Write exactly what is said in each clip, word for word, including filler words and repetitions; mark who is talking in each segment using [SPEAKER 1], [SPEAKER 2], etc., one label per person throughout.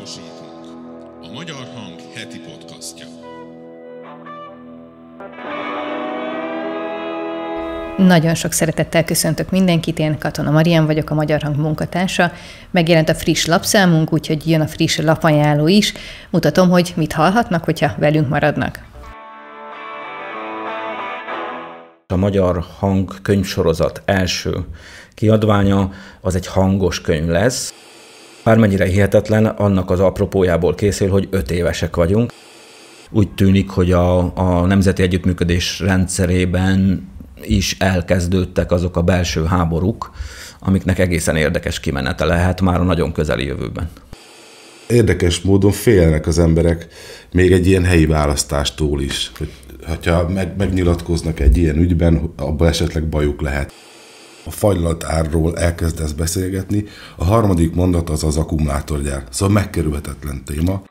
[SPEAKER 1] Hangosítunk. A Magyar Hang heti podcastja.
[SPEAKER 2] Nagyon sok szeretettel köszöntök mindenkit, én Katona Marian vagyok, a Magyar Hang munkatársa. Megjelent a friss lapszámunk, úgyhogy jön a friss lapajánló is. Mutatom, hogy mit hallhatnak, hogyha velünk maradnak.
[SPEAKER 3] A Magyar Hang könyvsorozat első kiadványa az egy hangos könyv lesz. Bármennyire hihetetlen, annak az apropójából készül, hogy öt évesek vagyunk. Úgy tűnik, hogy a, a nemzeti együttműködés rendszerében is elkezdődtek azok a belső háborúk, amiknek egészen érdekes kimenete lehet már a nagyon közeli jövőben.
[SPEAKER 4] Érdekes módon félnek az emberek még egy ilyen helyi választástól is, hogy ha meg, megnyilatkoznak egy ilyen ügyben, abban esetleg bajuk lehet. A fagylaltárról elkezdesz beszélgetni, a harmadik mondat az az akkumulátorgyár, szóval megkerülhetetlen téma.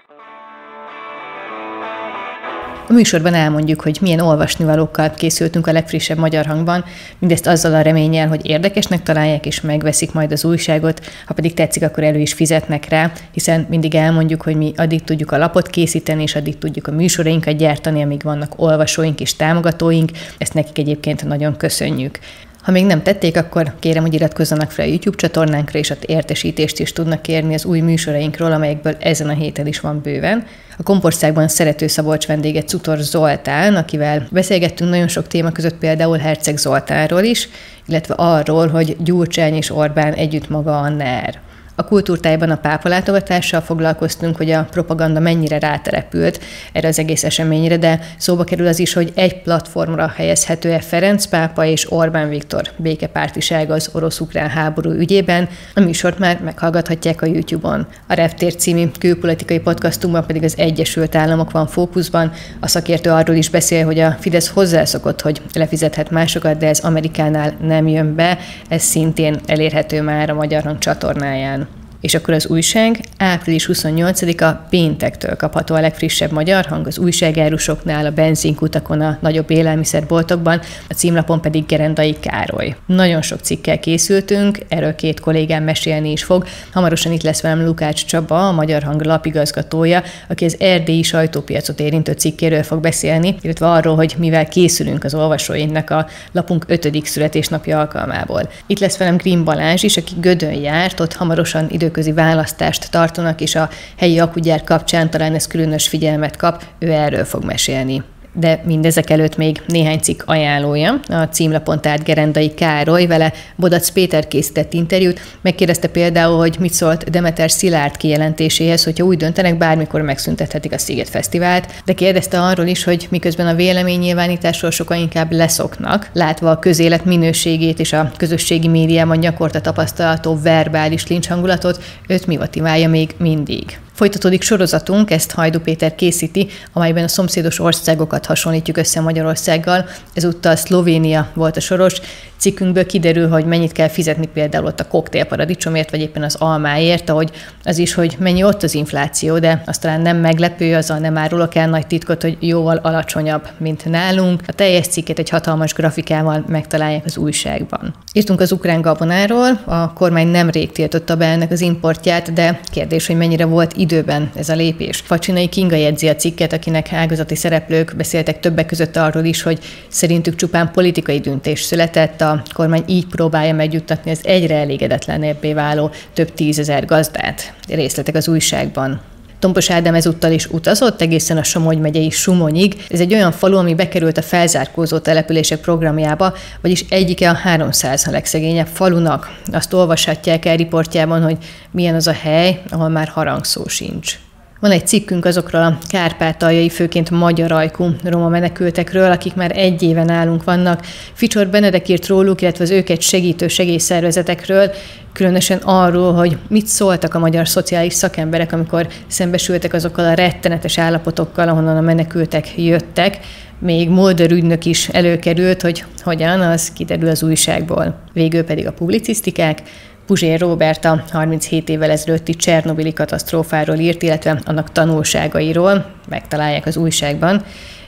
[SPEAKER 2] A műsorban elmondjuk, hogy milyen olvasnivalókkal készültünk a legfrissebb Magyar Hangban, mindezt azzal a reménnyel, hogy érdekesnek találják és megveszik majd az újságot, ha pedig tetszik, akkor elő is fizetnek rá, hiszen mindig elmondjuk, hogy mi addig tudjuk a lapot készíteni, és addig tudjuk a műsorainkat gyártani, amíg vannak olvasóink és támogatóink, ezt nekik egyébként nagyon köszönjük. Ha még nem tették, akkor kérem, hogy iratkozzanak fel a YouTube csatornánkra, és ott értesítést is tudnak kérni az új műsorainkról, amelyekből ezen a héten is van bőven. A Kompországban Szerető Szabolcs vendége Cutor Zoltán, akivel beszélgettünk nagyon sok téma között, például Herceg Zoltánról is, illetve arról, hogy Gyurcsány és Orbán együtt maga a NER. A kultúrtájban a pápa látogatással foglalkoztunk, hogy a propaganda mennyire rátelepült erre az egész eseményre, de szóba kerül az is, hogy egy platformra helyezhető-e Ferenc pápa és Orbán Viktor békepártisága az orosz-ukrán háború ügyében. A műsort már meghallgathatják a YouTube-on. A Reptér című külpolitikai podcastunkban pedig az Egyesült Államok van fókuszban. A szakértő arról is beszél, hogy a Fidesz hozzászokott, hogy lefizethet másokat, de ez Amerikánál nem jön be. Ez szintén elérhető már a Magyar Hang csatornáján. És akkor az újság április huszonnyolcadika péntektől kapható a legfrissebb Magyar Hang, az újságárusoknál, a benzinkutakon, a nagyobb élelmiszerboltokban, a címlapon pedig Gerendai Károly. Nagyon sok cikkel készültünk, erről két kollégám mesélni is fog. Hamarosan itt lesz velem Lukács Csaba, a Magyar Hang lapigazgatója, aki az erdélyi sajtópiacot érintő cikkéről fog beszélni, illetve arról, hogy mivel készülünk az olvasóinknak a lapunk ötödik születésnapja alkalmából. Itt lesz velem Grimm Balázs is, aki Gödön járt, ott hamarosan idő közi választást tartanak, és a helyi akugyár kapcsán talán ez különös figyelmet kap, ő erről fog mesélni. De mindezek előtt még néhány cikk ajánlója. A címlapon tehát Gerendai Károly, vele Bodac Péter készített interjút, megkérdezte például, hogy mit szólt Demeter Szilárd kijelentéséhez, hogyha úgy döntenek, bármikor megszüntethetik a Sziget Fesztivált, de kérdezte arról is, hogy miközben a véleménynyilvánításról sokkal inkább leszoknak, látva a közélet minőségét és a közösségi médiában gyakorta tapasztalható verbális lincs hangulatot, őt mi motiválja még mindig. Folytatódik sorozatunk, ezt Hajdú Péter készíti, amelyben a szomszédos országokat hasonlítjuk össze Magyarországgal. Ezúttal Szlovénia volt a soros. Cikkünkből kiderül, hogy mennyit kell fizetni például ott a koktélparadicsomért, vagy éppen az almáért, ahogy az is, hogy mennyi ott az infláció, de azt talán nem meglepő, azzal nem árulok el nagy titkot, hogy jóval alacsonyabb, mint nálunk. A teljes cikket egy hatalmas grafikával megtalálják az újságban. Írtunk az ukrán gabonáról, a kormány nemrég tiltotta be ennek az importját, de kérdés, hogy mennyire volt időben ez a lépés. Facsinai Kinga jegyzi a cikket, akinek ágazati szereplők beszéltek többek között arról is, hogy szerintük csupán politikai döntés született, a kormány így próbálja megjuttatni az egyre elégedetlenebbé váló több tízezer gazdát. Részletek az újságban. Tompos Ádám ezúttal is utazott egészen a Somogy megyei Sumonyig. Ez egy olyan falu, ami bekerült a felzárkózó települések programjába, vagyis egyike a háromszáz legszegényebb falunak. Azt olvashatják el riportjában, hogy milyen az a hely, ahol már harangszó sincs. Van egy cikkünk azokról a kárpátaljai, főként magyar ajkú roma menekültekről, akik már egy éve nálunk vannak. Ficsor Benedek írt róluk, illetve az őket segítő segélyszervezetekről, különösen arról, hogy mit szóltak a magyar szociális szakemberek, amikor szembesültek azokkal a rettenetes állapotokkal, ahonnan a menekültek jöttek. Még Mulder ügynök is előkerült, hogy hogyan, az kiderül az újságból. Végül pedig a publicisztikák. Puzsér Róbert a harminchét évvel ezelőtti csernobili katasztrófáról írt, illetve annak tanulságairól, megtalálják az újságban.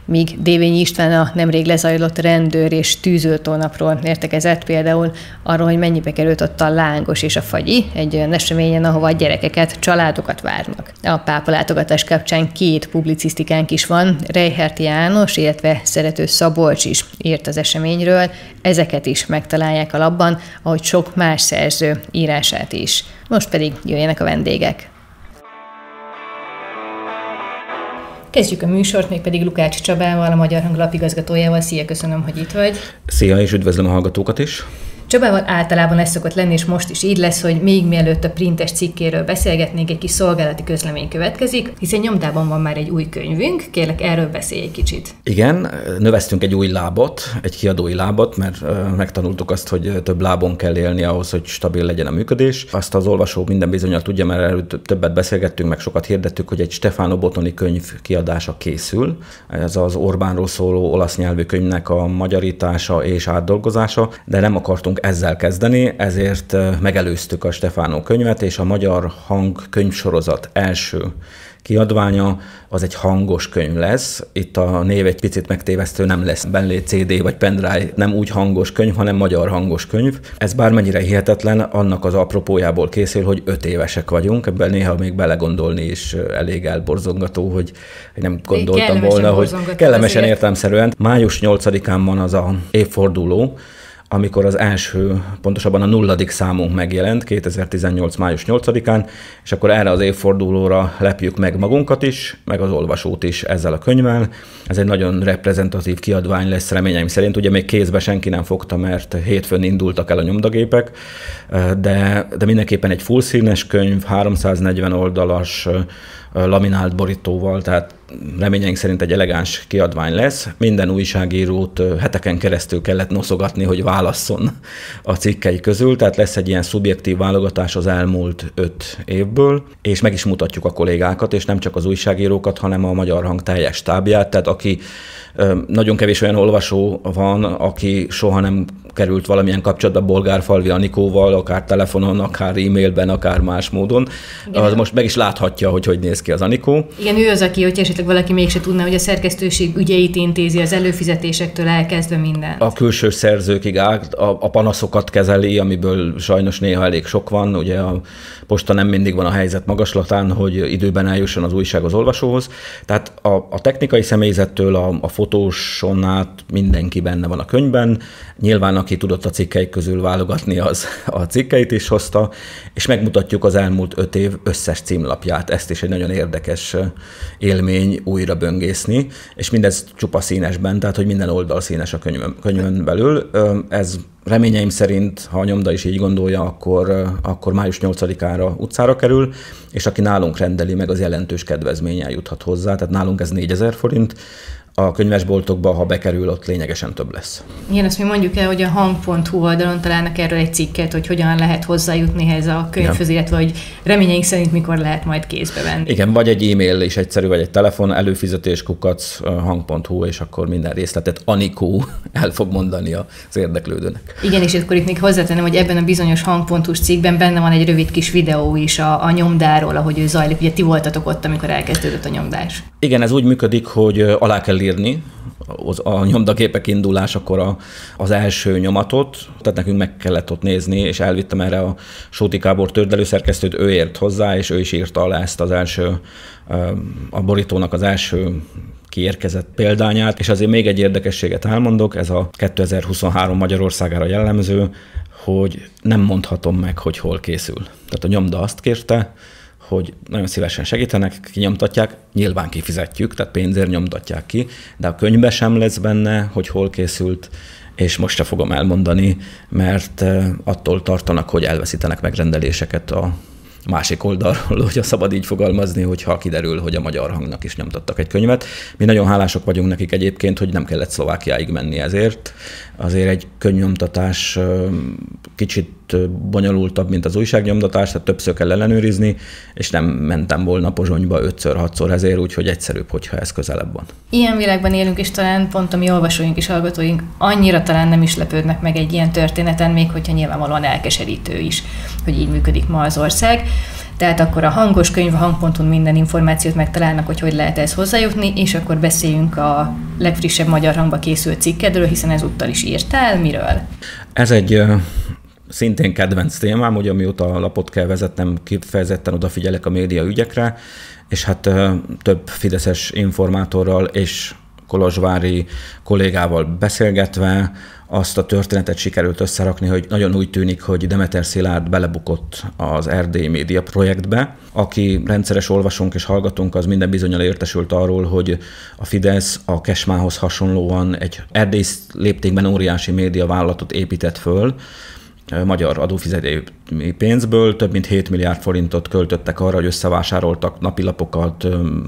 [SPEAKER 2] míg Dévényi István a nemrég lezajlott rendőr és tűzoltónapról értekezett, például arról, hogy mennyibe került ott a lángos és a fagyi, egy olyan eseményen, ahova a gyerekeket, családokat várnak. A pápa látogatás kapcsán két publicisztikánk is van, Reichert János, illetve Szerető Szabolcs is írt az eseményről, ezeket is megtalálják a labban, ahogy sok más szerző írását is. Most pedig jöjjenek a vendégek. Kezdjük a műsort, mégpedig Lukács Csabával, a Magyar Hang lapigazgatójával. Szia, köszönöm, hogy itt vagy.
[SPEAKER 3] Szia, és üdvözlöm a hallgatókat is.
[SPEAKER 2] Csabával általában ez szokott lenni, és most is így lesz, hogy még mielőtt a printes cikkéről beszélgetnénk, egy kis szolgálati közlemény következik, hiszen nyomdában van már egy új könyvünk, kérlek, erről beszélj egy kicsit.
[SPEAKER 3] Igen, növeztünk egy új lábot, egy kiadói lábot, mert megtanultuk azt, hogy több lábon kell élni ahhoz, hogy stabil legyen a működés. Azt az olvasó minden bizonnyal tudja, mert erről többet beszélgettünk, meg sokat hirdettük, hogy egy Stefano Bottoni könyv kiadása készül. Ez az Orbánról szóló olasz nyelvű könyvnek a magyarítása és átdolgozása, de nem akartunk ezzel kezdeni, ezért megelőztük a Stefano könyvet, és a Magyar Hang könyvsorozat első kiadványa az egy hangos könyv lesz. Itt a név egy picit megtévesztő, nem lesz benne cé dé vagy pendrive, nem úgy hangos könyv, hanem magyar hangos könyv. Ez bármennyire hihetetlen, annak az apropójából készül, hogy öt évesek vagyunk, ebben néha még belegondolni is elég elborzongató, hogy nem gondoltam volna, hogy kellemesen értelemszerűen. május nyolcadikán van az a évforduló, amikor az első, pontosabban a nulladik számunk megjelent, kétezer-tizennyolc. május nyolcadikán, és akkor erre az évfordulóra lepjük meg magunkat is, meg az olvasót is ezzel a könyvvel. Ez egy nagyon reprezentatív kiadvány lesz reményeim szerint. Ugye még kézbe senki nem fogta, mert hétfőn indultak el a nyomdagépek, de, de mindenképpen egy full színes könyv, háromszáznegyven oldalas, laminált borítóval, tehát reményeink szerint egy elegáns kiadvány lesz. Minden újságírót heteken keresztül kellett noszogatni, hogy válasszon a cikkei közül, tehát lesz egy ilyen szubjektív válogatás az elmúlt öt évből, és meg is mutatjuk a kollégákat, és nem csak az újságírókat, hanem a Magyar Hang teljes stábját, tehát aki nagyon kevés olyan olvasó van, aki soha nem került valamilyen kapcsolatba Bolgárfalvi Anikóval, akár telefonon, akár e-mailben, akár más módon. Igen. Az most meg is láthatja, hogy hogy néz ki az Anikó.
[SPEAKER 2] Igen, ő az, aki, hogyha esetleg valaki mégse tudná, hogy a szerkesztőség ügyeit intézi, az előfizetésektől elkezdve minden.
[SPEAKER 3] A külső szerzőkig áll, a, a panaszokat kezeli, amiből sajnos néha elég sok van. Ugye a posta nem mindig van a helyzet magaslatán, hogy időben eljusson az újság az olvasóhoz. Tehát a, a technikai személyzettől a, a fotóson át mindenki benne van a könyvben. Nyilván aki tudott a cikkeik közül válogatni, az a cikkeit is hozta, és megmutatjuk az elmúlt öt év összes címlapját. Ezt is egy nagyon érdekes élmény újra böngészni, és mindez csupa színesben, tehát hogy minden oldal színes a könyvön, könyvön belül. Ez reményeim szerint, ha a nyomda is így gondolja, akkor, akkor május nyolcadikára utcára kerül, és aki nálunk rendeli meg, az jelentős kedvezménnyel juthat hozzá, tehát nálunk ez négyezer forint, a könyvesboltokba, ha bekerül, ott lényegesen több lesz.
[SPEAKER 2] Igen, azt mi mondjuk el, hogy a hang pont hu oldalon találnak erről egy cikket, hogy hogyan lehet hozzájutni ehhez a könyvhöz, ja. illetve hogy reményeink szerint mikor lehet majd kézbe venni.
[SPEAKER 3] Igen, vagy egy e-mail is egyszerű, vagy egy telefon, előfizetés kukac hang pont hu, és akkor minden részletet Anikó el fog mondani az érdeklődőnek.
[SPEAKER 2] Igen, és akkor itt még hozzátenem, hogy ebben a bizonyos hang pont hu-s cikkben benne van egy rövid kis videó is a, a nyomdáról, ahogy ő zajlik. Ugye ti voltatok ott, amikor elkezdődött a nyomdás.
[SPEAKER 3] Igen, ez úgy működik, hogy alá kell írni a nyomdagépek indulásakor a, az első nyomatot, tehát nekünk meg kellett ott nézni, és elvittem erre a Sóti Kábor tördelőszerkesztőt, ő ért hozzá, és ő is írta alá ezt az első, a borítónak az első kiérkezett példányát, és azért még egy érdekességet elmondok, ez a kétezer-huszonhárom Magyarországára jellemző, hogy nem mondhatom meg, hogy hol készül. Tehát a nyomda azt kérte, hogy nagyon szívesen segítenek, kinyomtatják, nyilván kifizetjük, tehát pénzért nyomtatják ki, de a könyvben sem lesz benne, hogy hol készült, és most se fogom elmondani, mert attól tartanak, hogy elveszítenek megrendeléseket a másik oldalról, hogyha szabad így fogalmazni, hogyha kiderül, hogy a Magyar Hangnak is nyomtattak egy könyvet. Mi nagyon hálások vagyunk nekik egyébként, hogy nem kellett Szlovákiáig menni ezért. Azért egy könyvnyomtatás kicsit bonyolultabb, mint az újságnyomtatás, tehát többször kell ellenőrizni, és nem mentem volna Pozsonyba ötször-hatszor ezért, úgyhogy egyszerűbb, hogyha ez közelebb van.
[SPEAKER 2] Ilyen világban élünk, és talán pont a mi olvasóink és hallgatóink annyira talán nem is lepődnek meg egy ilyen történeten, még hogyha nyilvánvalóan elkeserítő is, hogy így működik ma az ország. Tehát akkor a hangos könyv, a hang.hu minden információt megtalálnak, hogy hogy lehet ezt hozzájutni, és akkor beszéljünk a legfrissebb Magyar Hangba készült cikkedről, hiszen ezúttal is írtál. Miről?
[SPEAKER 3] Ez egy szintén kedvenc témám, ugye mióta a lapot kell vezetnem, kifejezetten odafigyelek a média ügyekre, és hát több fideszes informátorral és kolozsvári kollégával beszélgetve azt a történetet sikerült összerakni, hogy nagyon úgy tűnik, hogy Demeter Szilárd belebukott az Erdélyi Média projektbe. Aki rendszeres olvasónk és hallgatunk, az minden bizonnyal értesült arról, hogy a Fidesz a Kesmához hasonlóan egy erdélyi léptékben óriási média vállalatot épített föl, magyar adófizetői pénzből több mint hét milliárd forintot költöttek arra, hogy összevásároltak napilapokat,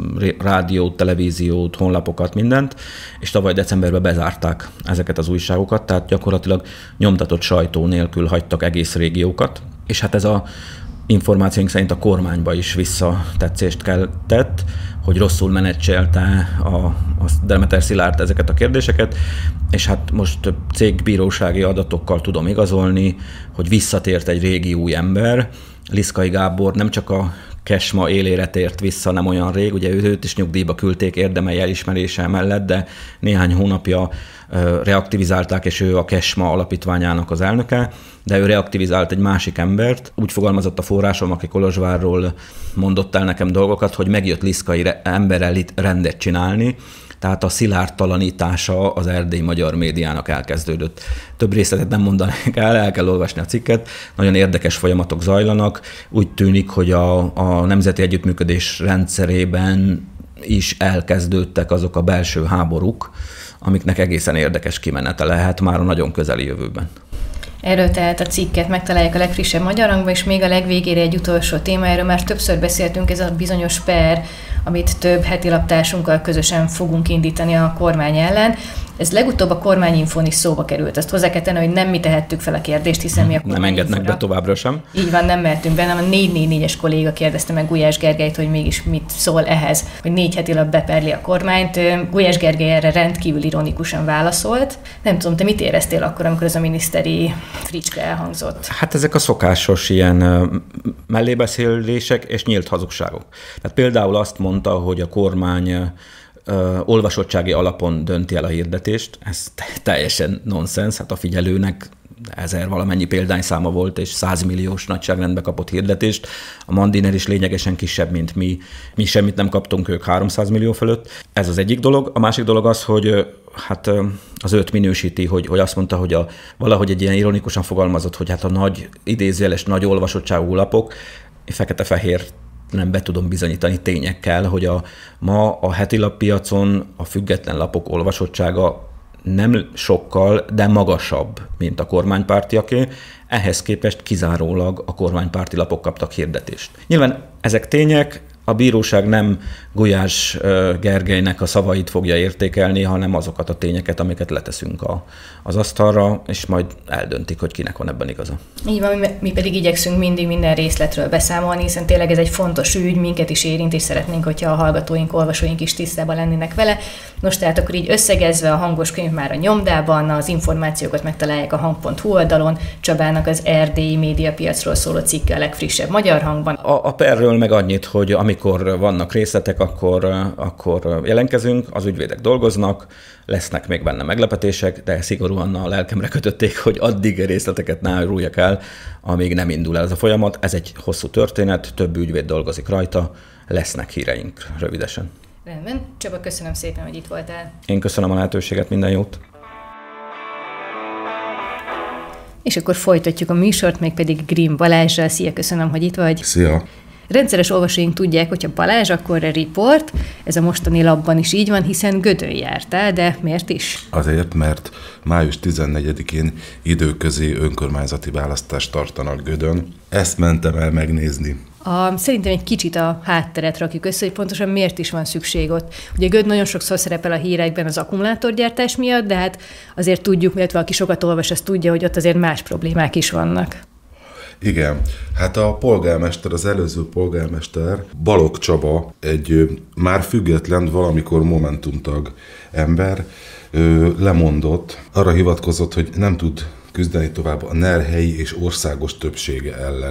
[SPEAKER 3] rádiót, televíziót, honlapokat, mindent, és tavaly decemberben bezárták ezeket az újságokat, tehát gyakorlatilag nyomtatott sajtó nélkül hagytak egész régiókat, és hát ez a információink szerint a kormányba is visszatetszést keltett, hogy rosszul menedzselte a, a Demeter Szilárd ezeket a kérdéseket, és hát most cégbírósági adatokkal tudom igazolni, hogy visszatért egy régi új ember. Liszkai Gábor nem csak a Kesma élére tért vissza nem olyan rég, ugye őt is nyugdíjba küldték érdemei elismerése mellett, de néhány hónapja reaktivizálták, és ő a Kesma alapítványának az elnöke, de ő reaktivizált egy másik embert. Úgy fogalmazott a forrásom, aki Kolozsvárról mondott el nekem dolgokat, hogy megjött Liszkai emberrel itt rendet csinálni, tehát a szilárdtalanítása az erdélyi magyar médiának elkezdődött. Több részletet nem mondanék el, el kell olvasni a cikket. Nagyon érdekes folyamatok zajlanak. Úgy tűnik, hogy a, a nemzeti együttműködés rendszerében is elkezdődtek azok a belső háborúk, amiknek egészen érdekes kimenete lehet már a nagyon közeli jövőben.
[SPEAKER 2] Erről tehát a cikket megtalálják a legfrissebb Magyar Hangban, és még a legvégére egy utolsó téma, erről már többször beszéltünk, ez a bizonyos per, amit több heti laptársunkkal közösen fogunk indítani a kormány ellen. Ez legutóbb a kormányinfón is szóba került. Azt hozzá kell tenni, hogy nem mi tehettük fel a kérdést, hiszen mi a
[SPEAKER 3] nem engednek be továbbra sem.
[SPEAKER 2] Így van, nem mehetünk be, hanem a négy négy négyes kolléga kérdezte meg Gulyás Gergelyt, hogy mégis mit szól ehhez, hogy négy heti lap beperli a kormányt. Gulyás Gergely erre rendkívül ironikusan válaszolt. Nem tudom, te mit éreztél akkor, amikor ez a miniszteri fricska elhangzott?
[SPEAKER 3] Hát ezek a szokásos ilyen mellébeszélések és nyílt hazugságok. Tehát például azt mondta, hogy a kormány Ö, olvasottsági alapon dönti el a hirdetést. Ez teljesen nonsens, hát a figyelőnek ezer valamennyi példányszáma volt, és százmilliós nagyságrendbe kapott hirdetést. A Mandiner is lényegesen kisebb, mint mi. Mi semmit nem kaptunk, ők háromszáz millió fölött. Ez az egyik dolog. A másik dolog az, hogy hát az őt minősíti, hogy, hogy azt mondta, hogy a, valahogy egy ilyen ironikusan fogalmazott, hogy hát a nagy, idézőjeles nagy olvasottságú lapok, fekete-fehér nem be tudom bizonyítani tényekkel, hogy a, ma a hetilappiacon a független lapok olvasottsága nem sokkal, de magasabb, mint a kormánypártiaké. Ehhez képest kizárólag a kormánypárti lapok kaptak hirdetést. Nyilván ezek tények, a bíróság nem Gulyás Gergelynek a szavait fogja értékelni, hanem azokat a tényeket, amiket leteszünk a, az asztalra, és majd eldöntik, hogy kinek van ebben igaza.
[SPEAKER 2] Így van, mi, mi pedig igyekszünk mindig minden részletről beszámolni, hiszen tényleg ez egy fontos ügy, minket is érint, és szeretnénk, hogyha a hallgatóink, olvasóink is tisztában lennének vele. Nos, tehát akkor így összegezve a hangos könyv már a nyomdában, az információkat megtalálják a hang.hu oldalon, Csabának az erdélyi médiapiacról szóló cikke a legfrissebb Magyar Hangban.
[SPEAKER 3] A, a perről meg annyit, hogy amikor vannak részletek, akkor, akkor jelentkezünk, az ügyvédek dolgoznak, lesznek még benne meglepetések, de szigorúan a lelkemre kötötték, hogy addig részleteket ne árulják el, amíg nem indul el ez a folyamat. Ez egy hosszú történet, több ügyvéd dolgozik rajta, lesznek híreink rövidesen.
[SPEAKER 2] Rendben. Csaba, köszönöm szépen, hogy itt voltál.
[SPEAKER 3] Én köszönöm a lehetőséget, minden jót.
[SPEAKER 2] És akkor folytatjuk a műsort, mégpedig Grimm Balázsral. Szia, köszönöm, hogy itt vagy.
[SPEAKER 4] Szia!
[SPEAKER 2] Rendszeres olvasóink tudják, hogyha Balázs, akkor a riport. Ez a mostani lapban is így van, hiszen Gödön jártál, de miért is?
[SPEAKER 4] Azért, mert május tizennegyedikén időközi önkormányzati választást tartanak Gödön. Ezt mentem el megnézni.
[SPEAKER 2] A, szerintem egy kicsit a hátteret rakjuk össze, hogy pontosan miért is van szükség ott. Ugye Göd nagyon sokszor szerepel a hírekben az akkumulátorgyártás miatt, de hát azért tudjuk, illetve aki sokat olvas, az tudja, hogy ott azért más problémák is vannak.
[SPEAKER 4] Igen, hát a polgármester, az előző polgármester, Balogh Csaba, egy már független, valamikor Momentumtag ember, lemondott, arra hivatkozott, hogy nem tud küzdeni tovább a NER helyi és országos többsége ellen.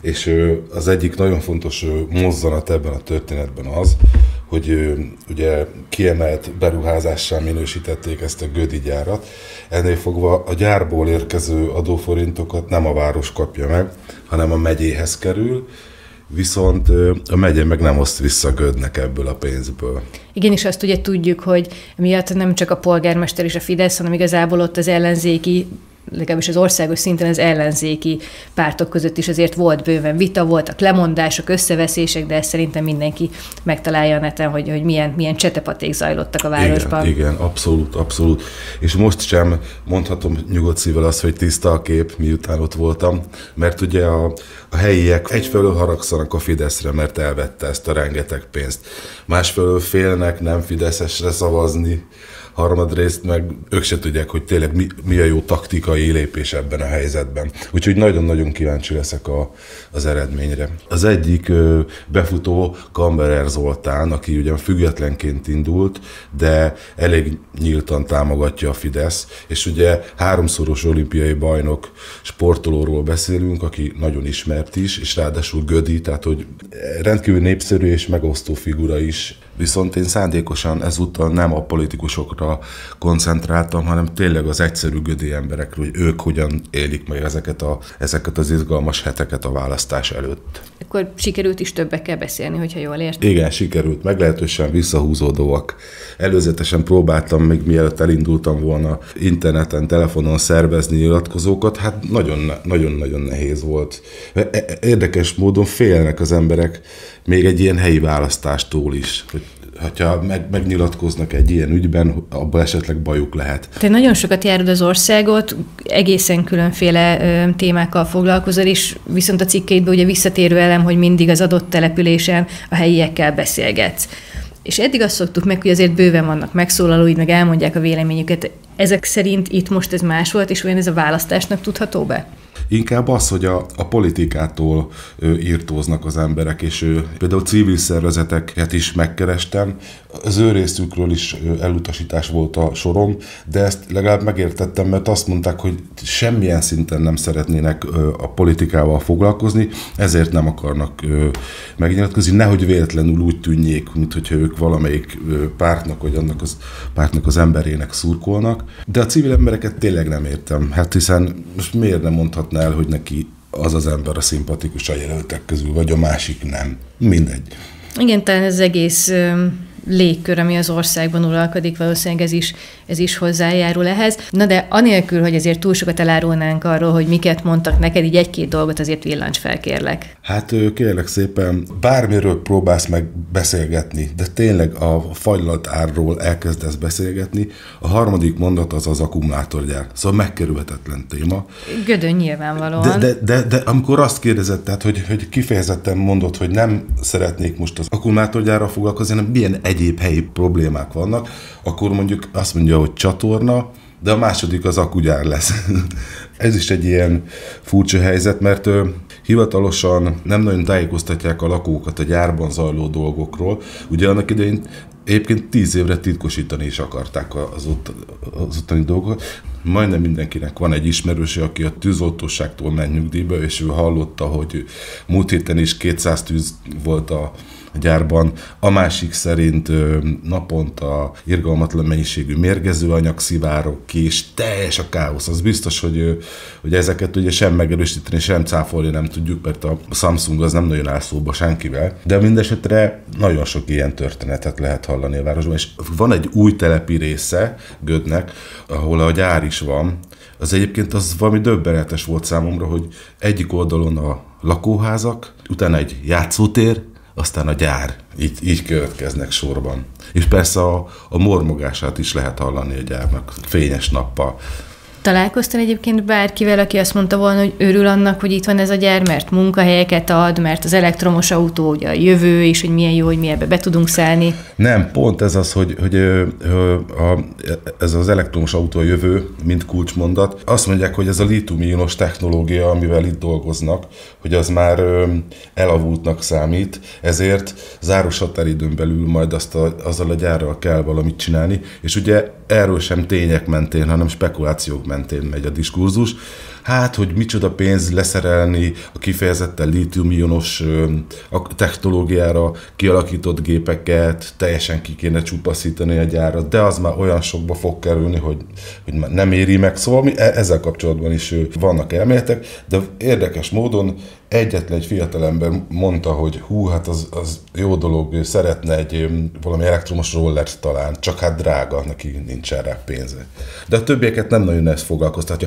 [SPEAKER 4] És az egyik nagyon fontos mozzanat ebben a történetben az, hogy ugye kiemelt beruházással minősítették ezt a Gödi gyárat. Ennél fogva a gyárból érkező adóforintokat nem a város kapja meg, hanem a megyéhez kerül, viszont a megye meg nem oszt vissza Gödnek ebből a pénzből.
[SPEAKER 2] Igen, és azt ugye tudjuk, hogy miatt nem csak a polgármester és a Fidesz, hanem igazából ott az ellenzéki, legalábbis az országos szinten az ellenzéki pártok között is azért volt bőven vita, voltak lemondások, összeveszések, de ezt szerintem mindenki megtalálja a neten, hogy, hogy milyen, milyen csetepaték zajlottak a városban.
[SPEAKER 4] Igen, igen, abszolút, abszolút. És most sem mondhatom nyugodt szívvel azt, hogy tiszta a kép, miután ott voltam, mert ugye a, a helyiek egyfelől haragszanak a Fideszre, mert elvette ezt a rengeteg pénzt. Másfelől félnek nem fideszesre szavazni, harmadrészt meg ők se tudják, hogy tényleg mi, mi a jó taktikai lépés ebben a helyzetben. Úgyhogy nagyon-nagyon kíváncsi leszek a, az eredményre. Az egyik ö, befutó Kamberer Zoltán, aki ugyan függetlenként indult, de elég nyíltan támogatja a Fidesz, és ugye háromszoros olimpiai bajnok sportolóról beszélünk, aki nagyon ismert is, és ráadásul Gödi, tehát hogy rendkívül népszerű és megosztó figura is. Viszont én szándékosan ezúttal nem a politikusokra koncentráltam, hanem tényleg az egyszerű gödi emberekről, hogy ők hogyan élik meg ezeket, a, ezeket az izgalmas heteket a választás előtt.
[SPEAKER 2] Akkor sikerült is többekkel beszélni, hogyha jól értem.
[SPEAKER 4] Igen, sikerült, meglehetősen visszahúzódóak. Előzetesen próbáltam, még mielőtt elindultam volna interneten, telefonon szervezni nyilatkozókat, hát nagyon-nagyon nehéz volt. Érdekes módon félnek az emberek még egy ilyen helyi választástól is, hogy ha meg, megnyilatkoznak egy ilyen ügyben, abban esetleg bajuk lehet.
[SPEAKER 2] Te nagyon sokat járod az országot, egészen különféle ö, témákkal foglalkozol, és viszont a cikkeidben ugye visszatérő elem, hogy mindig az adott településen a helyiekkel beszélgetsz. És eddig azt szoktuk meg, hogy azért bőven vannak megszólalóid, meg elmondják a véleményüket. Ezek szerint itt most ez más volt, és olyan ez a választásnak tudható be?
[SPEAKER 4] Inkább az, hogy a, a politikától ö, írtóznak az emberek, és ö, például civil szervezeteket is megkerestem. Az ő részükről is ö, elutasítás volt a sorom, de ezt legalább megértettem, mert azt mondták, hogy semmilyen szinten nem szeretnének ö, a politikával foglalkozni, ezért nem akarnak ö, megnyilatkozni, nehogy véletlenül úgy tűnjék, mintha ők valamelyik ö, pártnak, vagy annak az pártnak az emberének szurkolnak. De a civil embereket tényleg nem értem, hát hiszen most miért nem mondhatná el, hogy neki az az ember a szimpatikus a jelöltek közül, vagy a másik nem. Mindegy.
[SPEAKER 2] Igen, talán ez egész ö, légkör, ami az országban uralkodik, valószínűleg ez is, ez is hozzájárul ehhez. Na de anélkül, hogy azért túl sokat elárulnánk arról, hogy miket mondtak neked, így egy-két dolgot azért villancs fel, kérlek.
[SPEAKER 4] Hát kérlek szépen, bármiről próbálsz meg beszélgetni, de tényleg a fagylalt árról elkezdesz beszélgetni, a harmadik mondat az az akkumulátorgyár. Szóval megkerülhetetlen téma.
[SPEAKER 2] Gödön nyilvánvalóan.
[SPEAKER 4] De, de, de, de amikor azt kérdezed, tehát, hogy, hogy kifejezetten mondod, hogy nem szeretnék most az akkumulátorgyárral foglalkozni, hanem milyen egyéb helyi problémák vannak, akkor mondjuk azt mondja, hogy csatorna, de a második az akkugyár lesz. Ez is egy ilyen furcsa helyzet, mert ö, hivatalosan nem nagyon tájékoztatják a lakókat a gyárban zajló dolgokról. Ugye annak idején egyébként tíz évre titkosítani is akarták az, ott, az ottani dolgokat. Majdnem mindenkinek van egy ismerőse, aki a tűzoltóságtól ment nyugdíjba, és ő hallotta, hogy múlt héten is kétszáz tűz volt a a gyárban, a másik szerint ö, naponta irgalmatlan mennyiségű mérgezőanyag szivárog ki, és teljes a káosz. Az biztos, hogy, ö, hogy ezeket ugye sem megerősíteni, sem cáfolni nem tudjuk, mert a Samsung az nem nagyon áll szóba senkivel. De mindesetre nagyon sok ilyen történetet lehet hallani a városban, és van egy új telepi része Gödnek, ahol a gyár is van. Az egyébként az valami döbbenetes volt számomra, hogy egyik oldalon a lakóházak, utána egy játszótér, aztán a gyár. Így, így következnek sorban. És persze a, a mormogását is lehet hallani a gyárnak fényes nappal.
[SPEAKER 2] Találkoztál egyébként bárkivel, aki azt mondta volna, hogy örül annak, hogy itt van ez a gyár, mert munkahelyeket ad, mert az elektromos autó ugye a jövő, és hogy milyen jó, hogy mi ebbe be tudunk szállni?
[SPEAKER 4] Nem, pont ez az, hogy, hogy a, ez az elektromos autó a jövő, mint kulcsmondat. Azt mondják, hogy ez a lítium-ionos technológia, amivel itt dolgoznak, hogy az már elavultnak számít, ezért záros határidőn belül majd azt a, azzal a gyárral kell valamit csinálni, és ugye erről sem tények mentén, hanem spekulációk mentén megy a diskurzus. Hát, hogy micsoda pénz leszerelni a kifejezetten lítium-ionos technológiára kialakított gépeket, teljesen ki kéne csupaszítani a gyárat, de az már olyan sokba fog kerülni, hogy, hogy már nem éri meg. Szóval mi ezzel kapcsolatban is vannak elméletek, de érdekes módon egyetlen egy fiatalember mondta, hogy hú, hát az, az jó dolog, ő szeretne egy valami elektromos rollert talán, csak hát drága, neki nincs erre pénze. De a többieket nem nagyon ezt foglalkoztatja.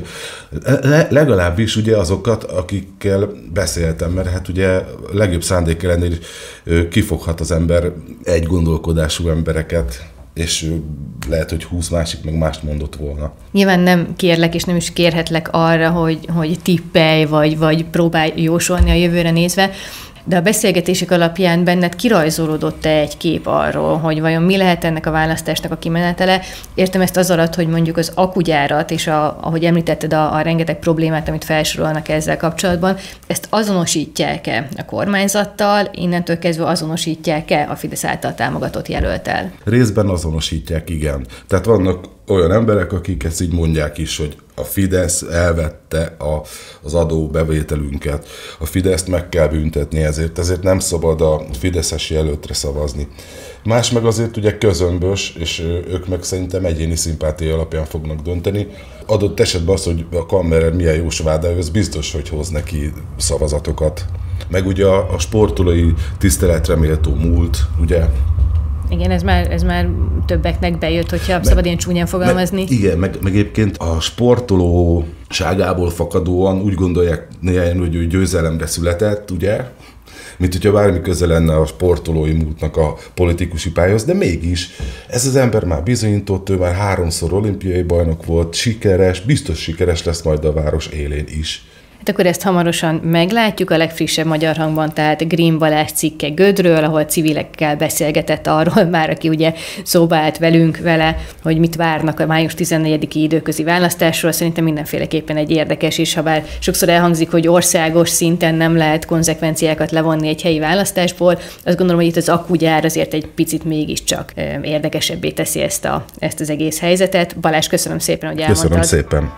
[SPEAKER 4] Le, legalábbis ugye azokat, akikkel beszéltem, mert hát ugye legjobb szándék ellenére kifoghat az ember egy gondolkodású embereket, és lehet, hogy húsz másik meg mást mondott volna.
[SPEAKER 2] Nyilván nem kérlek, és nem is kérhetlek arra, hogy, hogy tippelj, vagy, vagy próbálj jósolni a jövőre nézve, de a beszélgetések alapján benned kirajzolódott-e egy kép arról, hogy vajon mi lehet ennek a választásnak a kimenetele? Értem ezt az alatt, hogy mondjuk az akugyárat, és a, ahogy említetted a, a rengeteg problémát, amit felsorolnak ezzel kapcsolatban, ezt azonosítják-e a kormányzattal, innentől kezdve azonosítják-e a Fidesz által támogatott jelölttel?
[SPEAKER 4] Részben azonosítják, igen. Tehát vannak olyan emberek, akik ezt így mondják is, hogy a Fidesz elvette a, az adóbevételünket. A Fideszt meg kell büntetni ezért, ezért nem szabad a fideszes jelöltre szavazni. Más meg azért ugye közömbös, és ők meg szerintem egyéni szimpátia alapján fognak dönteni. Adott esetben az, hogy a Kammerer milyen jó sváda, ez biztos, hogy hoz neki szavazatokat. Meg ugye a, a sportolói tiszteletre méltó múlt, ugye.
[SPEAKER 2] Igen, ez már, ez már többeknek bejött, hogyha meg, szabad ilyen csúnyán fogalmazni.
[SPEAKER 4] Meg, igen, meg, meg egyébként a sportolóságából fakadóan úgy gondolják néhány, hogy ő győzelemre született, ugye? Mint hogyha bármi köze lenne a sportolói múltnak a politikusi pályához, de mégis ez az ember már bizonyított, ő már háromszor olimpiai bajnok volt, sikeres, biztos sikeres lesz majd a város élén is.
[SPEAKER 2] Hát akkor ezt hamarosan meglátjuk a legfrissebb Magyar Hangban, tehát Green Balázs cikke Gödről, ahol civilekkel beszélgetett arról már, aki ugye szóba állt velünk vele, hogy mit várnak a május tizennegyediki időközi választásról. Szerintem mindenféleképpen egy érdekes, és ha bár sokszor elhangzik, hogy országos szinten nem lehet konzekvenciákat levonni egy helyi választásból, azt gondolom, hogy itt az akugyár azért egy picit mégiscsak érdekesebbé teszi ezt, a, ezt az egész helyzetet. Balázs, köszönöm szépen, hogy elmondtad.
[SPEAKER 4] Köszönöm szépen.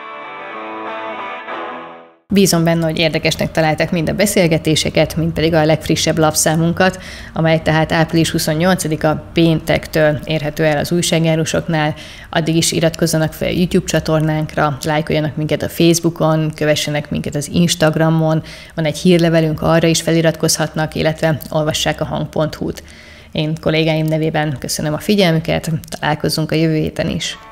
[SPEAKER 2] Bízom benne, hogy érdekesnek találták mind a beszélgetéseket, mind pedig a legfrissebb lapszámunkat, amely tehát április huszonnyolcadika péntektől érhető el az újságárusoknál. Addig is iratkozzanak fel a YouTube csatornánkra, lájkoljanak minket a Facebookon, kövessenek minket az Instagramon, van egy hírlevelünk, arra is feliratkozhatnak, illetve olvassák a hang pont hu-t. Én kollégáim nevében köszönöm a figyelmüket, találkozzunk a jövő héten is.